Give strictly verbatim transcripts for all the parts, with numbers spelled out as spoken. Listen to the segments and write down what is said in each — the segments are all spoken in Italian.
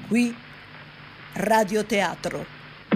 Qui Radioteatro.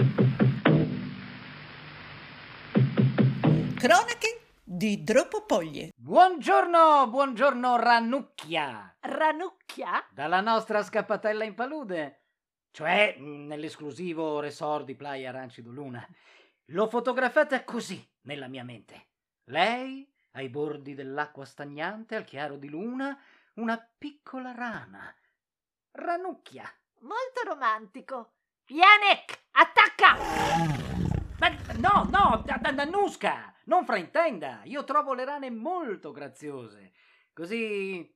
Cronache di Dropopoglie. Buongiorno, buongiorno Rannucchia. Rannucchia? Dalla nostra scappatella in palude, cioè nell'esclusivo resort di Playa Aranci do Luna. L'ho fotografata così nella mia mente. Lei, ai bordi dell'acqua stagnante, al chiaro di luna, una piccola rana. Rannucchia. Molto romantico. Janek, attacca! Ma no, no, Dannusca, non fraintenda. Io trovo le rane molto graziose. Così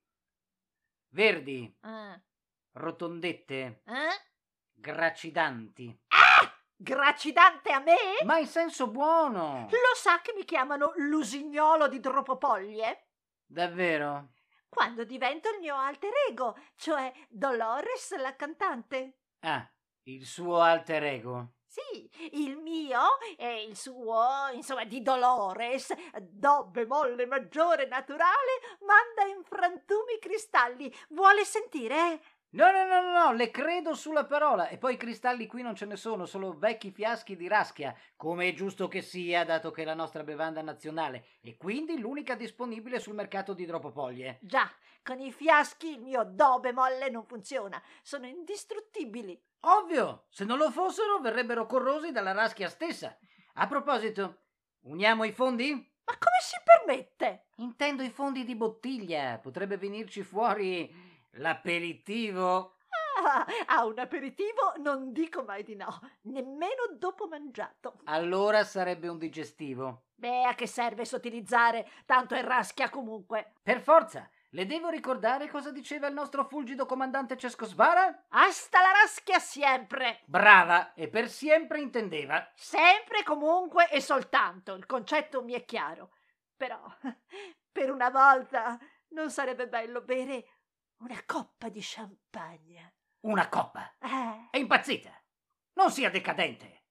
verdi, Eh? rotondette, Eh? gracidanti. Ah! Gracidante a me? Ma in senso buono. Lo sa che mi chiamano l'usignolo di Dropopoglie? Davvero? Quando divento il mio alter ego, cioè Dolores la cantante. Ah, il suo alter ego. Sì, il mio e il suo, insomma, di Dolores, do bemolle maggiore naturale, manda in frantumi cristalli. Vuole sentire? No, no, no, no, le credo sulla parola. E poi cristalli qui non ce ne sono, solo vecchi fiaschi di raschia, come è giusto che sia, dato che è la nostra bevanda nazionale, e quindi l'unica disponibile sul mercato di Dropopoglie. Già, con i fiaschi il mio do bemolle non funziona, sono indistruttibili. Ovvio, se non lo fossero verrebbero corrosi dalla raschia stessa. A proposito, uniamo i fondi? Ma come si permette? Intendo i fondi di bottiglia, potrebbe venirci fuori l'aperitivo. Ah, a un aperitivo non dico mai di no, nemmeno dopo mangiato. Allora sarebbe un digestivo. Beh, a che serve sottilizzare? Tanto è raschia comunque. Per forza, le devo ricordare cosa diceva il nostro fulgido comandante Cesco Svara? Hasta la raschia sempre. Brava, e per sempre intendeva. Sempre, comunque e soltanto, il concetto mi è chiaro. Però, per una volta, non sarebbe bello bere una coppa di champagne? Una coppa. Eh? È impazzita. Non sia decadente.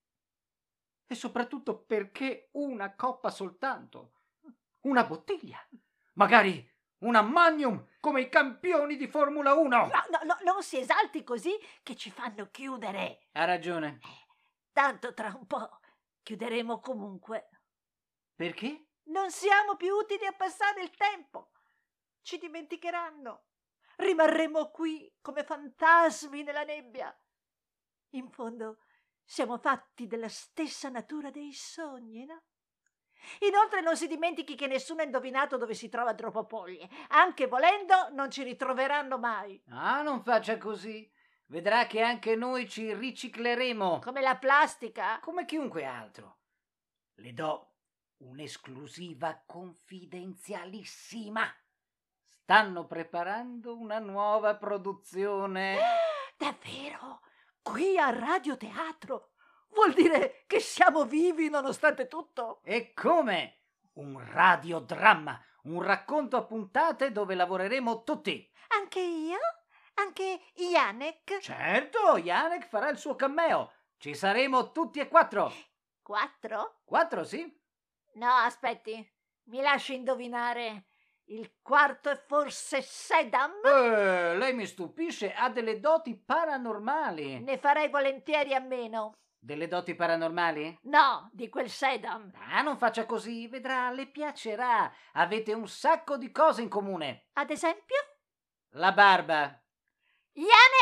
E soprattutto perché una coppa soltanto? Una bottiglia. Magari una Magnum come i campioni di Formula uno. No, no, no, non si esalti così che ci fanno chiudere. Ha ragione. Tanto tra un po' chiuderemo comunque. Perché? Non siamo più utili a passare il tempo. Ci dimenticheranno. Rimarremo qui come fantasmi nella nebbia. In fondo siamo fatti della stessa natura dei sogni, no? Inoltre non si dimentichi che nessuno ha indovinato dove si trova Dropopoglie. Anche volendo non ci ritroveranno mai. Ah, non faccia così. Vedrà che anche noi ci ricicleremo. Come la plastica? Come chiunque altro. Le do un'esclusiva confidenzialissima. Stanno preparando una nuova produzione. Davvero? Qui a Radioteatro? Vuol dire che siamo vivi nonostante tutto? E come? Un radiodramma, un racconto a puntate dove lavoreremo tutti. Anche io? Anche Janek? Certo, Janek farà il suo cameo. Ci saremo tutti e quattro. Quattro? Quattro, sì? No, aspetti. Mi lasci indovinare. Il quarto è forse Sedam? Eh, lei mi stupisce, ha delle doti paranormali. Ne farei volentieri a meno. Delle doti paranormali? No, di quel Sedam. Ah, non faccia così, vedrà, le piacerà. Avete un sacco di cose in comune. Ad esempio? La barba. Janek!